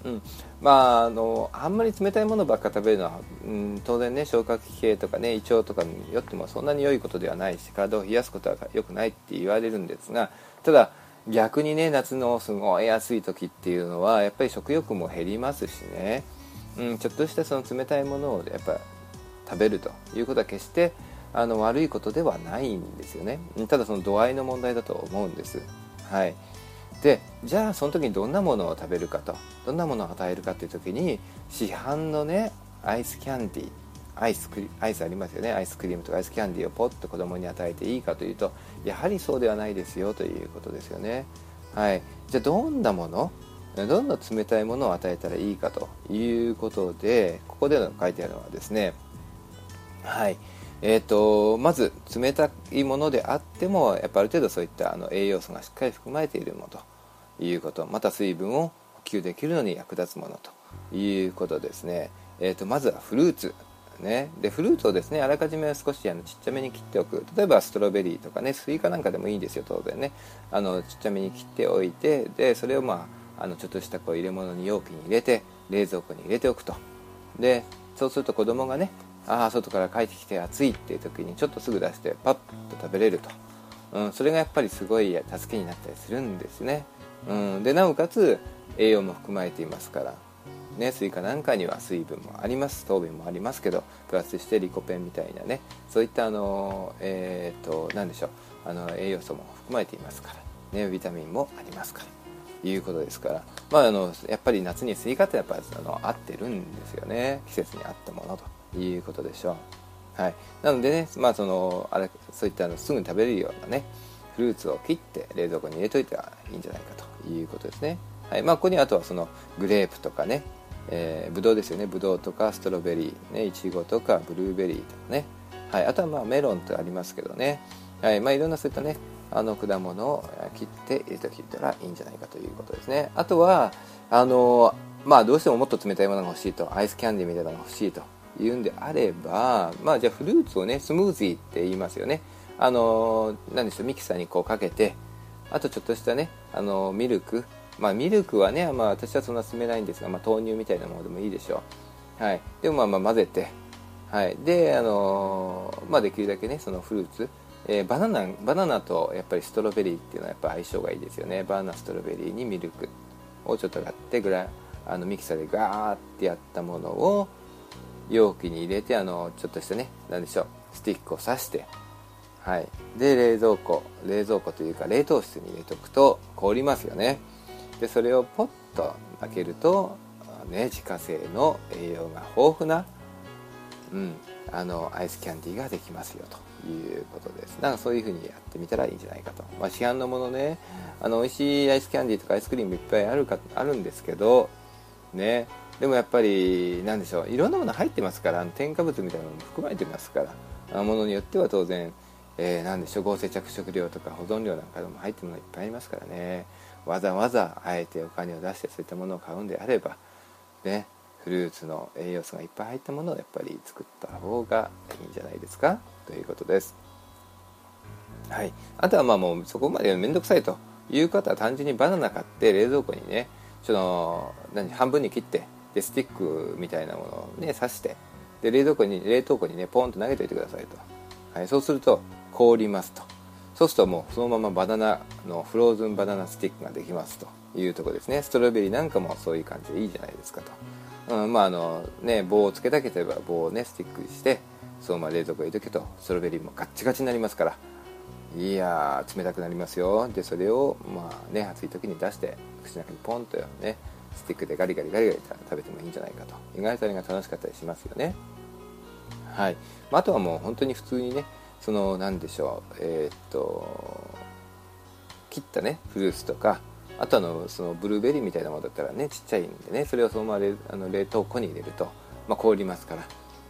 あんまり冷たいものばっか食べるのは、当然ね消化器系とかね胃腸とかによってもそんなに良いことではないし、体を冷やすことは良くないって言われるんですが、ただ逆にね夏のすごい暑い時っていうのはやっぱり食欲も減りますしね、ちょっとしたその冷たいものをやっぱ食べるということは決して悪いことではないんですよね。ただその度合いの問題だと思うんです。はい。でじゃあその時にどんなものを食べるかと、どんなものを与えるかっていう時に、市販のねアイスキャンディー、アイスありますよね。アイスクリームとかアイスキャンディーをポッと子供に与えていいかというと、やはりそうではないですよということですよね。はい。じゃあどんな冷たいものを与えたらいいかということで、ここでの書いてあるのはですね、はい。まず冷たいものであってもやっぱある程度そういった栄養素がしっかり含まれているものということ、また水分を補給できるのに役立つものということですね。まずはフルーツね。でフルーツをですねあらかじめ少しちっちゃめに切っておく。例えばストロベリーとかねスイカなんかでもいいんですよ。当然ねちっちゃめに切っておいて、でそれをちょっとした入れ物に容器に入れて冷蔵庫に入れておくと。でそうすると子供がね外から帰ってきて暑いっていう時にちょっとすぐ出してパッと食べれると、それがやっぱりすごい助けになったりするんですね。でなおかつ栄養も含まれていますからね、スイカなんかには水分もあります、糖分もありますけど、プラスしてリコペンみたいなねそういった何でしょう栄養素も含まれていますからね、ビタミンもありますからということですから、やっぱり夏にスイカってやっぱ合ってるんですよね。季節に合ったものということでしょう。はい。なのでね、そういったすぐに食べれるようなねフルーツを切って冷蔵庫に入れといてはいいんじゃないかということですね。はい。ここにあとはそのグレープとかね、ブドウですよね。ブドウとかストロベリー、ね、イチゴとかブルーベリーとかね、はい、あとはメロンってありますけどね、はい、いろんなそういったね果物を切って入れておいたらいいんじゃないかということですね。あとはどうしてももっと冷たいものが欲しいと、アイスキャンディーみたいなのが欲しいというんであれば、じゃあフルーツをねスムージーって言いますよね。何でしょう、ミキサーにこうかけて、あとちょっとしたねミルク、ミルクはね、私はそんな勧めないんですが、豆乳みたいなものでもいいでしょう。はい。でも混ぜて、はい。でできるだけねそのフルーツ、バナナとやっぱりストロベリーっていうのはやっぱ相性がいいですよね。バナナストロベリーにミルクをちょっとやってミキサーでガーってやったものを容器に入れてちょっとしたね何でしょうスティックを刺して、はい。で冷蔵庫というか冷凍室に入れておくと凍りますよね。でそれをポッと開けるとね自家製の栄養が豊富なアイスキャンディーができますよということです。だからそういう風にやってみたらいいんじゃないかと。市販のものね美味しいアイスキャンディーとかアイスクリームいっぱいあるんですけどね、でもやっぱりなんでしょう、いろんなもの入ってますから、添加物みたいなのも含まれてますから、ものによっては当然、なんでしょう、合成着色料とか保存料なんかでも入ってるものいっぱいありますからね。わざわざあえてお金を出してそういったものを買うんであればね、フルーツの栄養素がいっぱい入ったものをやっぱり作った方がいいんじゃないですかということです。はい。あとはもうそこまでめんどくさいという方は単純にバナナ買って冷蔵庫にね半分に切って、でスティックみたいなものをね刺して、で冷凍庫にねポンと投げておいてくださいと。はい。そうすると凍りますと。そうするともうそのままフローズンバナナスティックができますというところですね。ストロベリーなんかもそういう感じでいいじゃないですかと。棒をつけたければ棒をねスティックにしてそのまま冷蔵庫に入れとくとストロベリーもガッチガチになりますから、いやー冷たくなりますよ。でそれを暑い時に出して口の中にポンとねスティックでガリガリ食べてもいいんじゃないかと。意外とそれが楽しかったりしますよね。はい。あとはもう本当に普通にね何でしょう切ったねフルーツとか、あとそのブルーベリーみたいなものだったらねちっちゃいんでね、それをそのまま冷凍庫に入れると、凍りますから、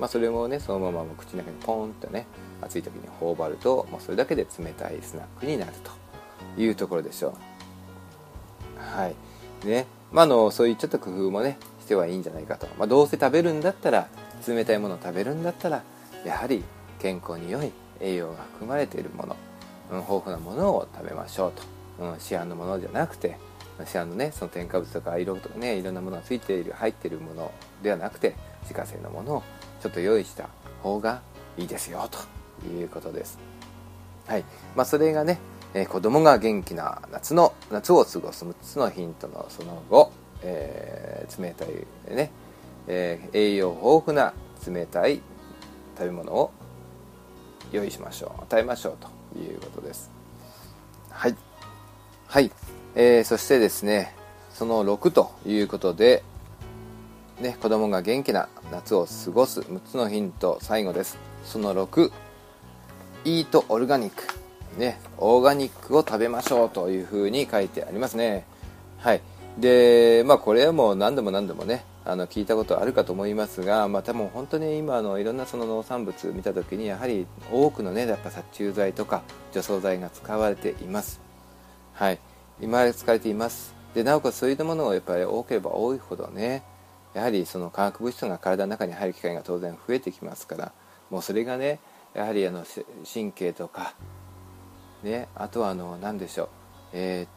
それもねそのまま口の中にポンとね暑い時に頬張ると、それだけで冷たいスナックになるというところでしょう。はいね。そういうちょっと工夫もねしてはいいんじゃないかと。どうせ食べるんだったら、冷たいものを食べるんだったらやはり健康に良い栄養が含まれているもの、豊富なものを食べましょうと。市販のものじゃなくて市販のね、その添加物とか色とかね、いろんなものが入っているものではなくて、自家製のものをちょっと用意した方がいいですよということです。はい。それがね、子供が元気な夏を過ごす6つのヒントのその後、冷たいね、栄養豊富な冷たい食べ物を用意しましょう、与えましょうということです。はい、はい。そしてですね、その6ということで、ね、子供が元気な夏を過ごす6つのヒント、最後です。その6、イートオルガニック、ね、オーガニックを食べましょうというふうに書いてありますね。はい。で、これはもう何度もね、聞いたことあるかと思いますが、多分本当に今いろんなその農産物見たときに、やはり多くのね、やっぱ殺虫剤とか除草剤が使われています。はい。今使われています。で、なおかつそういったものをやっぱり多ければ多いほどね、やはりその化学物質が体の中に入る機会が当然増えてきますから、もうそれがね、やはり神経とかね、あとは何でしょう、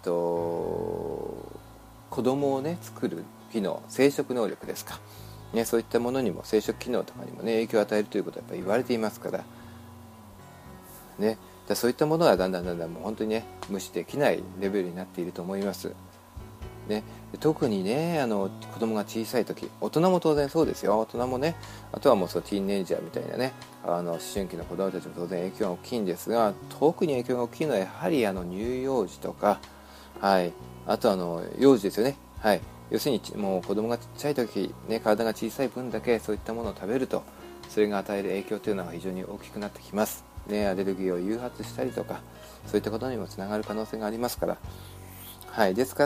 子供をね作る機能、生殖能力ですか、ね、そういったものにも、生殖機能とかにもね影響を与えるということはやっぱり言われていますからね。そういったものはだんだんもう本当にね無視できないレベルになっていると思いますね。特にね子供が小さい時、大人も当然そうですよ。大人もね、あとはもうティーンネイジャーみたいなね、思春期の子供たちも当然影響が大きいんですが、特に影響が大きいのはやはり乳幼児とか、はい、あと幼児ですよね。はい、要するにもう子供がちっちゃい時ね、体が小さい分だけそういったものを食べると、それが与える影響というのは非常に大きくなってきますね。アレルギーを誘発したりとか、そういったことにもつながる可能性がありますから、はい、ですから、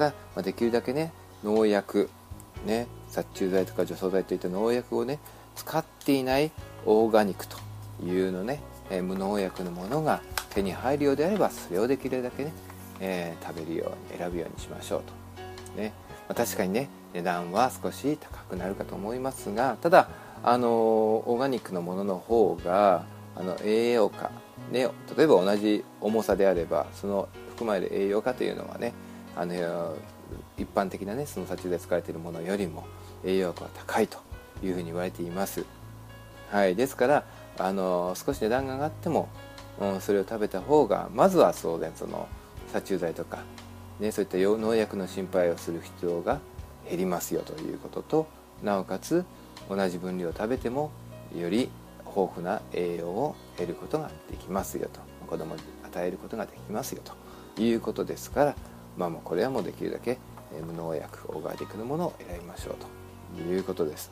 できるだけね農薬、ね、殺虫剤とか除草剤といった農薬をね使っていないオーガニックというのね、無農薬のものが手に入るようであれば、それをできるだけね、食べるように選ぶようにしましょうと、ね。確かにね値段は少し高くなるかと思いますが、ただオーガニックのものの方が栄養価、ね、例えば同じ重さであれば、その含まれる栄養価というのはね、一般的なねその殺虫で使われているものよりも栄養価は高いというふうに言われています。はい、ですから少し値段が上がっても、それを食べた方が、まずは当然その殺虫剤とか、ね、そういった農薬の心配をする必要が減りますよということと、なおかつ同じ分量を食べてもより豊富な栄養を得ることができますよと、子供に与えることができますよということですから、もうこれはもうできるだけ無農薬オーガニックのものを選びましょうということです。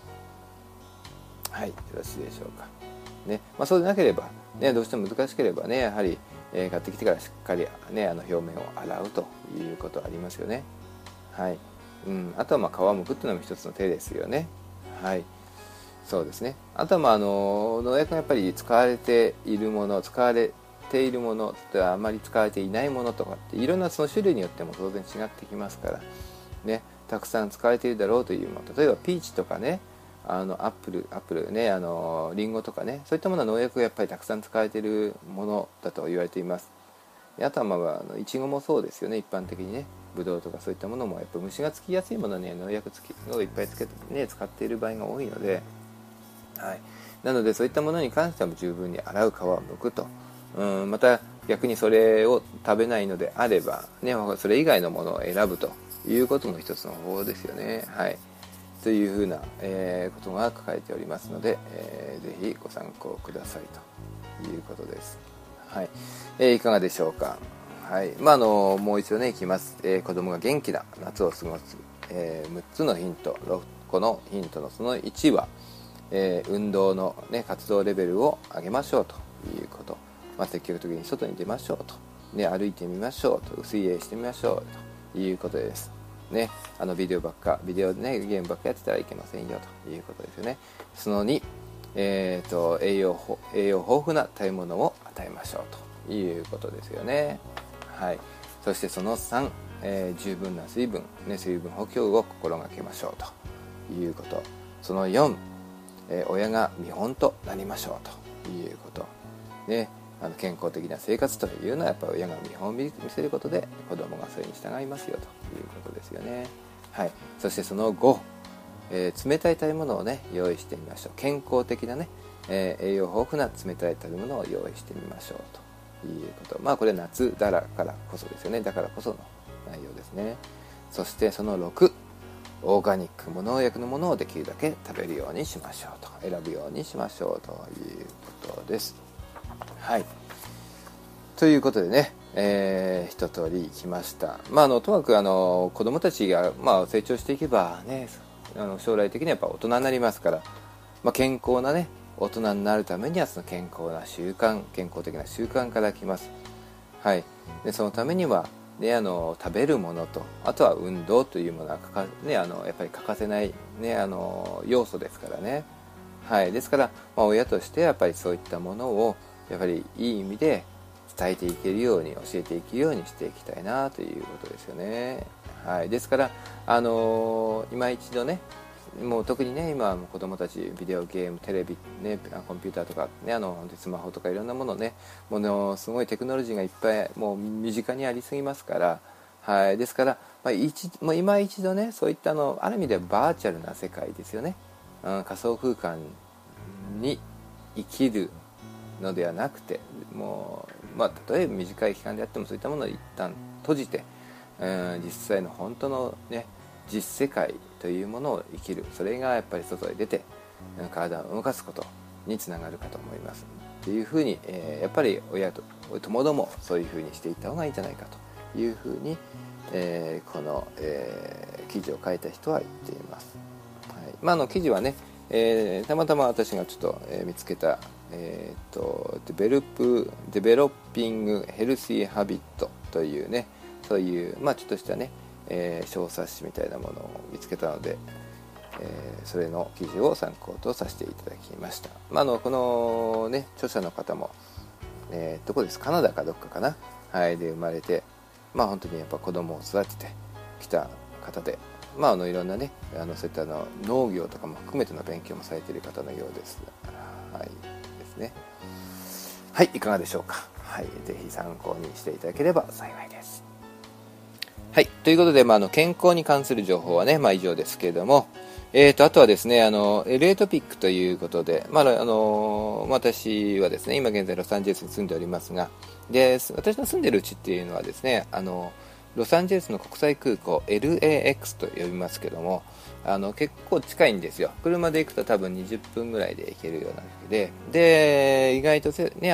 はい、よろしいでしょうかね。そうでなければね、どうしても難しければね、やはり、買ってきてからしっかりね表面を洗うということありますよね。はい、あとは皮を剥くっていうのも一つの手ですよね。はい、そうですね。あとは農薬がやっぱり使われているものあまり使われていないものとかっていろんなその種類によっても当然違ってきますからね、たくさん使われているだろうというもの、例えばピーチとかね、アップルね、リンゴとかね、そういったものは農薬がやっぱりたくさん使われているものだと言われています。あとはイチゴもそうですよね。一般的にね、ブドウとかそういったものもやっぱ虫がつきやすいものには農薬をいっぱい使っている場合が多いので、はい、なのでそういったものに関しては十分に洗う、皮を剥くと、また逆にそれを食べないのであれば、ね、それ以外のものを選ぶということも一つの方法ですよね。はい、というふうな、ことが書かれておりますので、ぜひご参考くださいということです。はい、いかがでしょうか。はい、もう一度ねいきます。子供が元気な夏を過ごす、6つのヒント、6個のヒントのその1は、運動の、ね、活動レベルを上げましょうということ、積極的に外に出ましょうと、ね、歩いてみましょうと、水泳してみましょうということですね。ビデオでねゲームばっかやってたらいけませんよということですよね。その2、栄養豊富な食べ物を与えましょうということですよね。はい、そしてその3、十分な水分補給を心がけましょうということ。その4、親が見本となりましょうということね。 健康的な生活というのはやっぱり親が見本を見せることで子供がそれに従いますよということですよね。はい、そしてその後、冷たい食べ物をね用意してみましょう。健康的なね、栄養豊富な冷たい食べ物を用意してみましょうということ。これ夏だからこそですよね。だからこその内容ですね。そしてその6、オーガニック無農薬のものをできるだけ食べるようにしましょうと、選ぶようにしましょうということです。はい、ということでね、一通りいきました。ともかく子どもたちが、成長していけばね、将来的にはやっぱ大人になりますから、健康なね大人になるためにはその健康的な習慣から来ます。はい、でそのためにはね、食べるものと、あとは運動というものはやっぱり欠かせない、ね、要素ですからね。はい、ですから、親としてやっぱりそういったものをやっぱりいい意味で伝えていけるように、教えていけるようにしていきたいなということですよね。はい、ですから、今一度ね、もう特にね今子どもたちビデオゲーム、テレビ、ね、コンピューターとか、ね、スマホとかいろんなものね、すごいテクノロジーがいっぱいもう身近にありすぎますから、はい、ですから、もう今一度ねそういったある意味でバーチャルな世界ですよね、仮想空間に生きるのではなくて、もう、例えば短い期間であってもそういったものを一旦閉じて、実際の本当のね実世界というものを生きる、それがやっぱり外へ出て体を動かすことにつながるかと思いますというふうに、やっぱり親ともどもそういうふうにしていった方がいいんじゃないかというふうに、この、記事を書いた人は言っています。はい、記事はね、たまたま私がちょっと、見つけた、デベロッピングヘルシーハビットというね、そういう、ちょっとしたね、小冊子みたいなものを見つけたので、それの記事を参考とさせていただきました。このね著者の方も、どこですカナダかどっかかな、はい、で生まれて、本当にやっぱ子供を育ててきた方で、いろんなねそういった農業とかも含めての勉強もされている方のようです。はいですね。はい、いかがでしょうか。はい、ぜひ参考にしていただければ幸いです。はい、ということで、健康に関する情報はね、以上ですけれども、あとはですね、LA トピックということで、私はですね、今現在ロサンゼルスに住んでおりますが、で私の住んでるうちっていうのはですね、ロサンゼルスの国際空港 LAX と呼びますけども、結構近いんですよ。車で行くと多分20分ぐらいで行けるようなわけで、意外とね、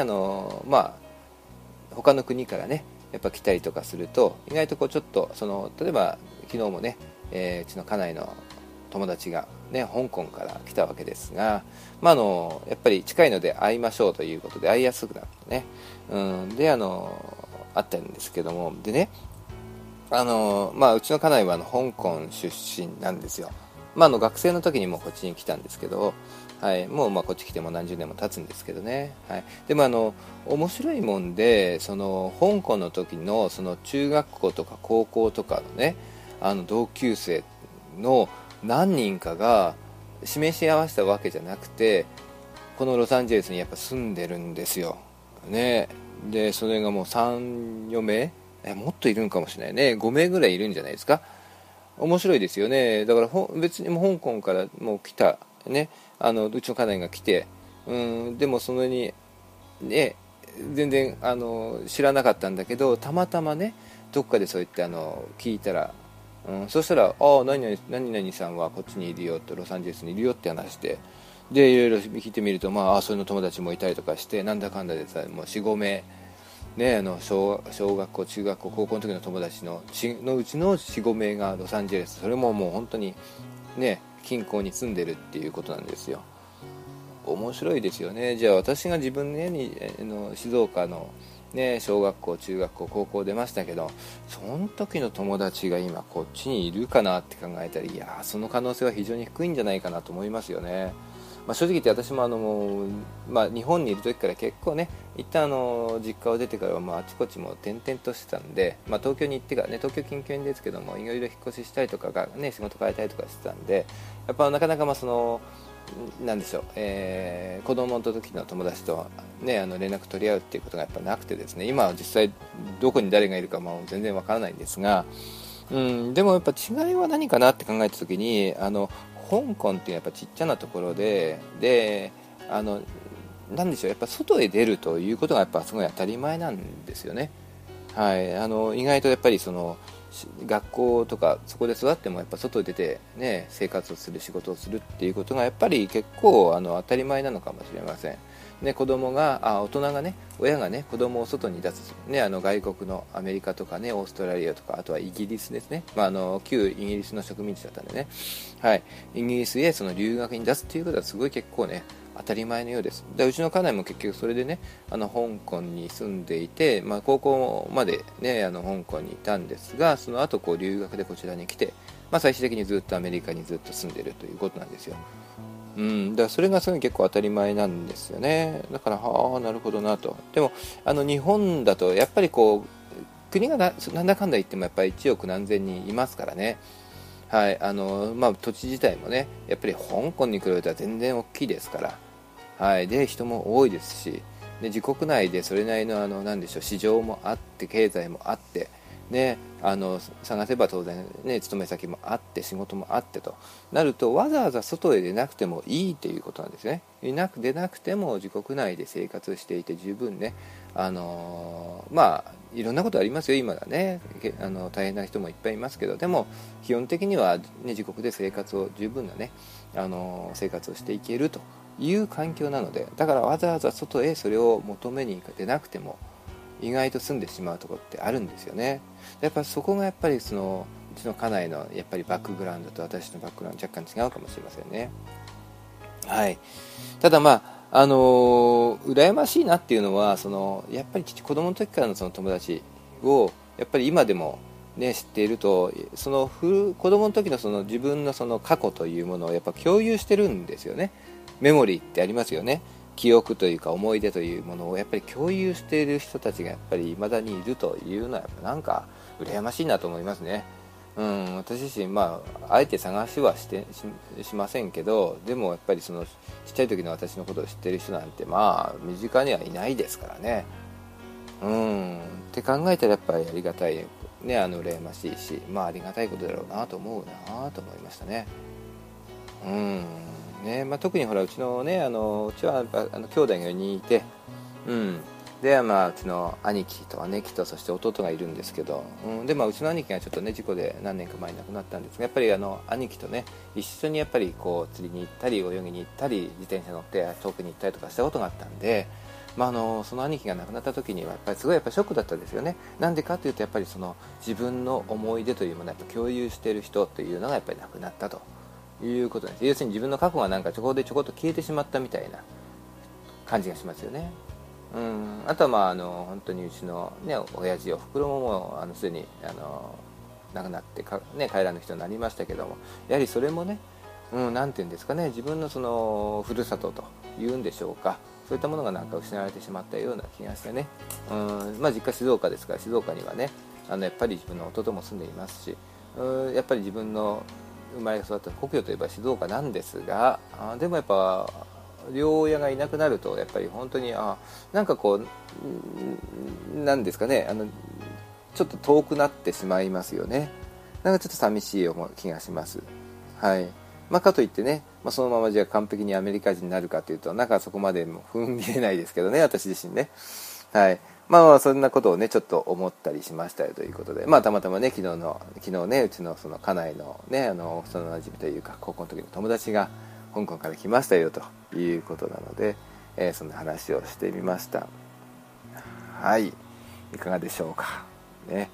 他の国からねやっぱ来たりとかすると、意外とちょっと例えば昨日もね、うちの家内の友達がね香港から来たわけですが、やっぱり近いので会いましょうということで会いやすくなってね、で会ったんですけども、でねうちの家内は香港出身なんですよ。学生の時にもこっちに来たんですけど、はい、もうこっち来ても何十年も経つんですけどね、はい、でも面白いもんで、香港の時の中学校とか高校とかのね同級生の何人かが示し合わせたわけじゃなくて、このロサンゼルスにやっぱ住んでるんですよ、ね、でそれがもう3、4名もっといるんかもしれないね、5名ぐらいいるんじゃないですか。面白いですよね。だから別にもう香港からもう来たね、うちの家内が来て、でもそのにね全然知らなかったんだけど、たまたまねどっかでそう言って聞いたら、そしたら何々さんはこっちにいるよと、ロサンゼルスにいるよって話で、でいろいろ聞いてみると、それの友達もいたりとかして、なんだかんだでさ、もう 4,5 名ね、小学校、中学校、高校の時の友達のうちの 4,5 名がロサンゼルス、それももう本当にね近郊に住んでるっていうことなんですよ。面白いですよね。じゃあ私が自分静岡の、ね、小学校、中学校、高校出ましたけど、その時の友達が今こっちにいるかなって考えたら、いやその可能性は非常に低いんじゃないかなと思いますよね。正直言って私も日本にいる時から結構ね、一旦実家を出てからはあちこちも転々としてたんで、東京に行ってからね、東京近辺ですけどもいろいろ引っ越ししたりとかがね、仕事変えたりとかしてたんで、やっぱなかなかなんでしょう、子供の時の友達と、ね、連絡取り合うっていうことがやっぱなくてですね、今は実際どこに誰がいるかも全然わからないんですが、でもやっぱ違いは何かなって考えた時に、香港っていうのはやっぱちっちゃなところでなんでしょう、やっぱ外へ出るということがやっぱすごい当たり前なんですよね。はい、意外とやっぱり学校とかそこで育ってもやっぱ外に出て、ね、生活をする仕事をするっていうことがやっぱり結構当たり前なのかもしれません。ね、大人がね、親がね、子供を外に出す、ね、外国のアメリカとかね、オーストラリアとか、あとはイギリスですね、旧イギリスの植民地だったんでね、はい、イギリスへその留学に出すっていうことはすごい結構ね、当たり前のようです。でうちの家内も結局それでね、香港に住んでいて、高校までね、香港にいたんですが、その後留学でこちらに来て、最終的にずっとアメリカにずっと住んでいるということなんですよ。だからそれがすごい結構当たり前なんですよね。だからなるほどなと。でも日本だとやっぱり国がなんだかんだ言ってもやっぱり1億何千人いますからね。はい、土地自体もね、やっぱり香港に比べたら全然大きいですから、はい、で人も多いですし、で自国内でそれなりのなんでしょう、市場もあって経済もあって、ね、探せば当然、ね、勤め先もあって仕事もあってとなると、わざわざ外へ出なくてもいいということなんですね。出なくても自国内で生活していて十分ね、いろんなことありますよ、今はね、大変な人もいっぱいいますけど、でも基本的には、ね、自国で十分なね、生活をしていけるという環境なので、だからわざわざ外へそれを求めに出なくても意外と住んでしまうところってあるんですよね。やっぱそこがやっぱりうちの家内のやっぱりバックグラウンドと私のバックグラウンド若干違うかもしれませんね。はい。ただ羨ましいなっていうのは、やっぱり子供の時からのその友達をやっぱり今でもね、知っていると、子供の時の自分の過去というものをやっぱ共有してるんですよね。メモリーってありますよね。記憶というか思い出というものをやっぱり共有している人たちがやっぱり未だにいるというのは、やっぱなんか羨ましいなと思いますね。私自身、あえて探しはしませんけど、でもやっぱりちっちゃい時の私のことを知っている人なんて身近にはいないですからね。って考えたらやっぱりありがたいね、羨ましいし、ありがたいことだろうなと思うなと思いましたね。特にほら、うちのね、うちは兄弟が4人いて、でうちの兄貴と姉貴とそして弟がいるんですけど、でうちの兄貴がちょっとね事故で何年か前に亡くなったんですが、やっぱり兄貴とね一緒にやっぱり釣りに行ったり泳ぎに行ったり自転車乗って遠くに行ったりとかしたことがあったんで、その兄貴が亡くなった時にはやっぱりすごいショックだったんですよね。なんでかというと、やっぱり自分の思い出というものをやっぱ共有している人というのがやっぱり亡くなったということです。要するに自分の過去がなんかちょこっと消えてしまったみたいな感じがしますよね。あとは本当にうちのね親父おふくろももうすでに亡くなって帰らぬ人になりましたけども、やはりそれもね、なんていうんですかね、自分のふるさとというんでしょうか、そういったものがなんか失われてしまったような気がしてね。実家静岡ですから、静岡にはねやっぱり自分の弟も住んでいますし、やっぱり自分の生まれ育った故郷といえば静岡なんですが、でもやっぱ両親がいなくなるとやっぱり本当になんかなんですかね、ちょっと遠くなってしまいますよね。なんかちょっと寂しい気がします。はい。かといってね、そのままじゃあ完璧にアメリカ人になるかというと、なんかそこまでも踏ん切れないですけどね、私自身ね。はい。そんなことをねちょっと思ったりしましたよということで、たまたまね昨日ね、うちの家内のね幼馴染というか高校の時の友達が香港から来ましたよということなので、そんな話をしてみました。はい、いかがでしょうかね。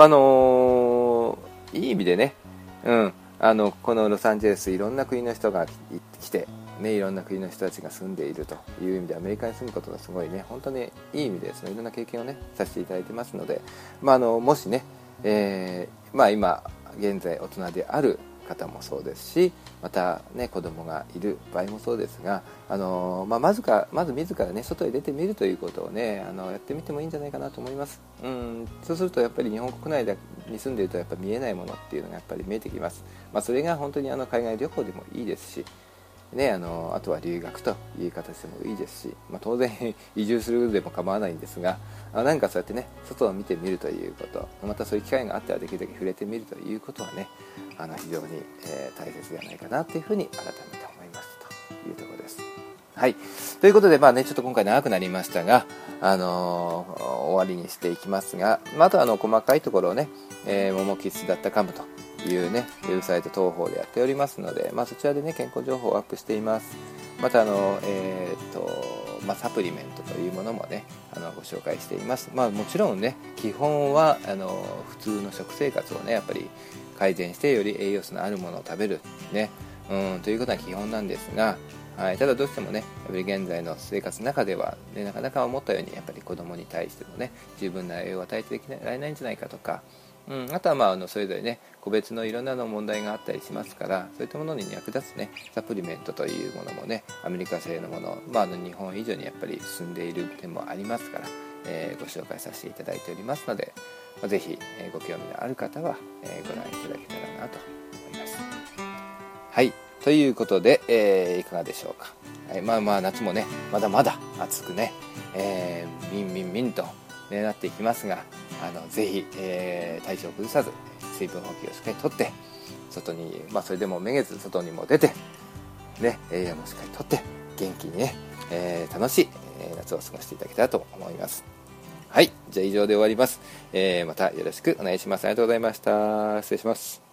いい意味でね、このロサンゼルス、いろんな国の人が来てね、いろんな国の人たちが住んでいるという意味で、アメリカに住むことがすごいね、本当にいい意味でいろんな経験をねさせていただいてますので、もしね、今現在大人である方もそうですし、またね子供がいる場合もそうですが、まず自らね外へ出てみるということをねやってみてもいいんじゃないかなと思います。そうするとやっぱり日本国内に住んでいるとやっぱ見えないものっていうのがやっぱり見えてきます。それが本当に海外旅行でもいいですし、 ね、あとは留学という形でもいいですし、当然移住するでも構わないんですが、なんかそうやってね外を見てみるということ、またそういう機会があったらできるだけ触れてみるということはね、非常に、大切ではないかなというふうに改めて思いますというところです。はい、ということでちょっと今回長くなりましたが、終わりにしていきますが、あとは細かいところをね、ももキッズ.comというねウェブサイト当方でやっておりますので、そちらでね健康情報をアップしています。またサプリメントというものもねご紹介しています。もちろんね基本は普通の食生活をねやっぱり改善してより栄養素のあるものを食べるね、ということは基本なんですが、はい、ただどうしてもねやっぱり現在の生活の中では、ね、なかなか思ったようにやっぱり子供に対してもね十分な栄養を与えてられないんじゃないかとか、あとはそれぞれね個別のいろんな問題があったりしますから、そういったものに役立つねサプリメントというものもねアメリカ製のもの、日本以上にやっぱり進んでいる点もありますから、ご紹介させていただいておりますので、ぜひ、ご興味のある方は、ご覧いただけたらなと思います。はい、ということで、いかがでしょうか。はい、夏もねまだまだ暑くね、みんと、なっていきますが、ぜひ、体調を崩さず水分補給をしっかりとって外に、それでもめげず外にも出て、ね、栄養もしっかりとって元気にね、楽しい、夏を過ごしていただけたらと思います。はい、じゃあ以上で終わります。またよろしくお願いします。ありがとうございました。失礼します。